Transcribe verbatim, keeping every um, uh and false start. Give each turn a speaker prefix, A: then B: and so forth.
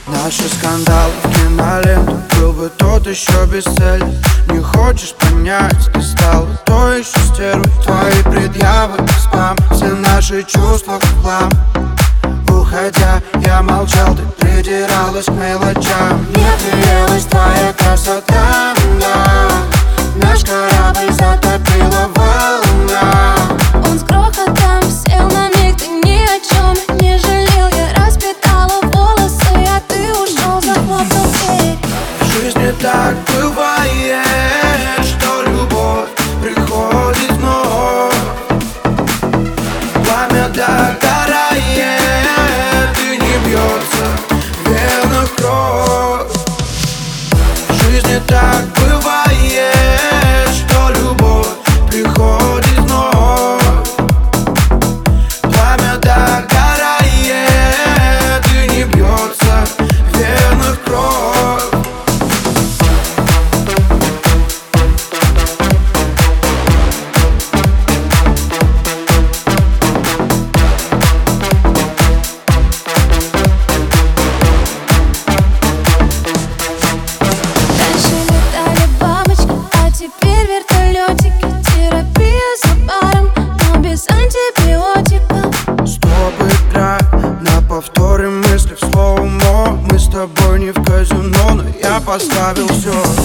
A: Наши скандалы в киноленту, был бы тот еще бестселлер. Не хочешь понять, ты стала той еще стервой. Твои предъявы, спам, все наши чувства в хлам. Уходя, я молчал, ты придиралась к мелочам.
B: Мне приелась твоя красота, да. Наш корабль затопила волна. Он с грохотом сел на миг, ты ни о чем не жалел. Я распитала волосы, а ты ушел, захлопнул дверь.
A: В жизни так бывает, что любовь приходит вновь. Пламя догорает, и не бьется в венах кровь. В жизни так бывает, что любовь приходит вновь. Пламя догорает, и не бьется в венах кровь.
B: Теперь вертолетики, терапия за баром, но без антибиотиков.
A: Стоп, игра, на повторе мысли в слоумо. Мы с тобой не в казино, но я поставил все.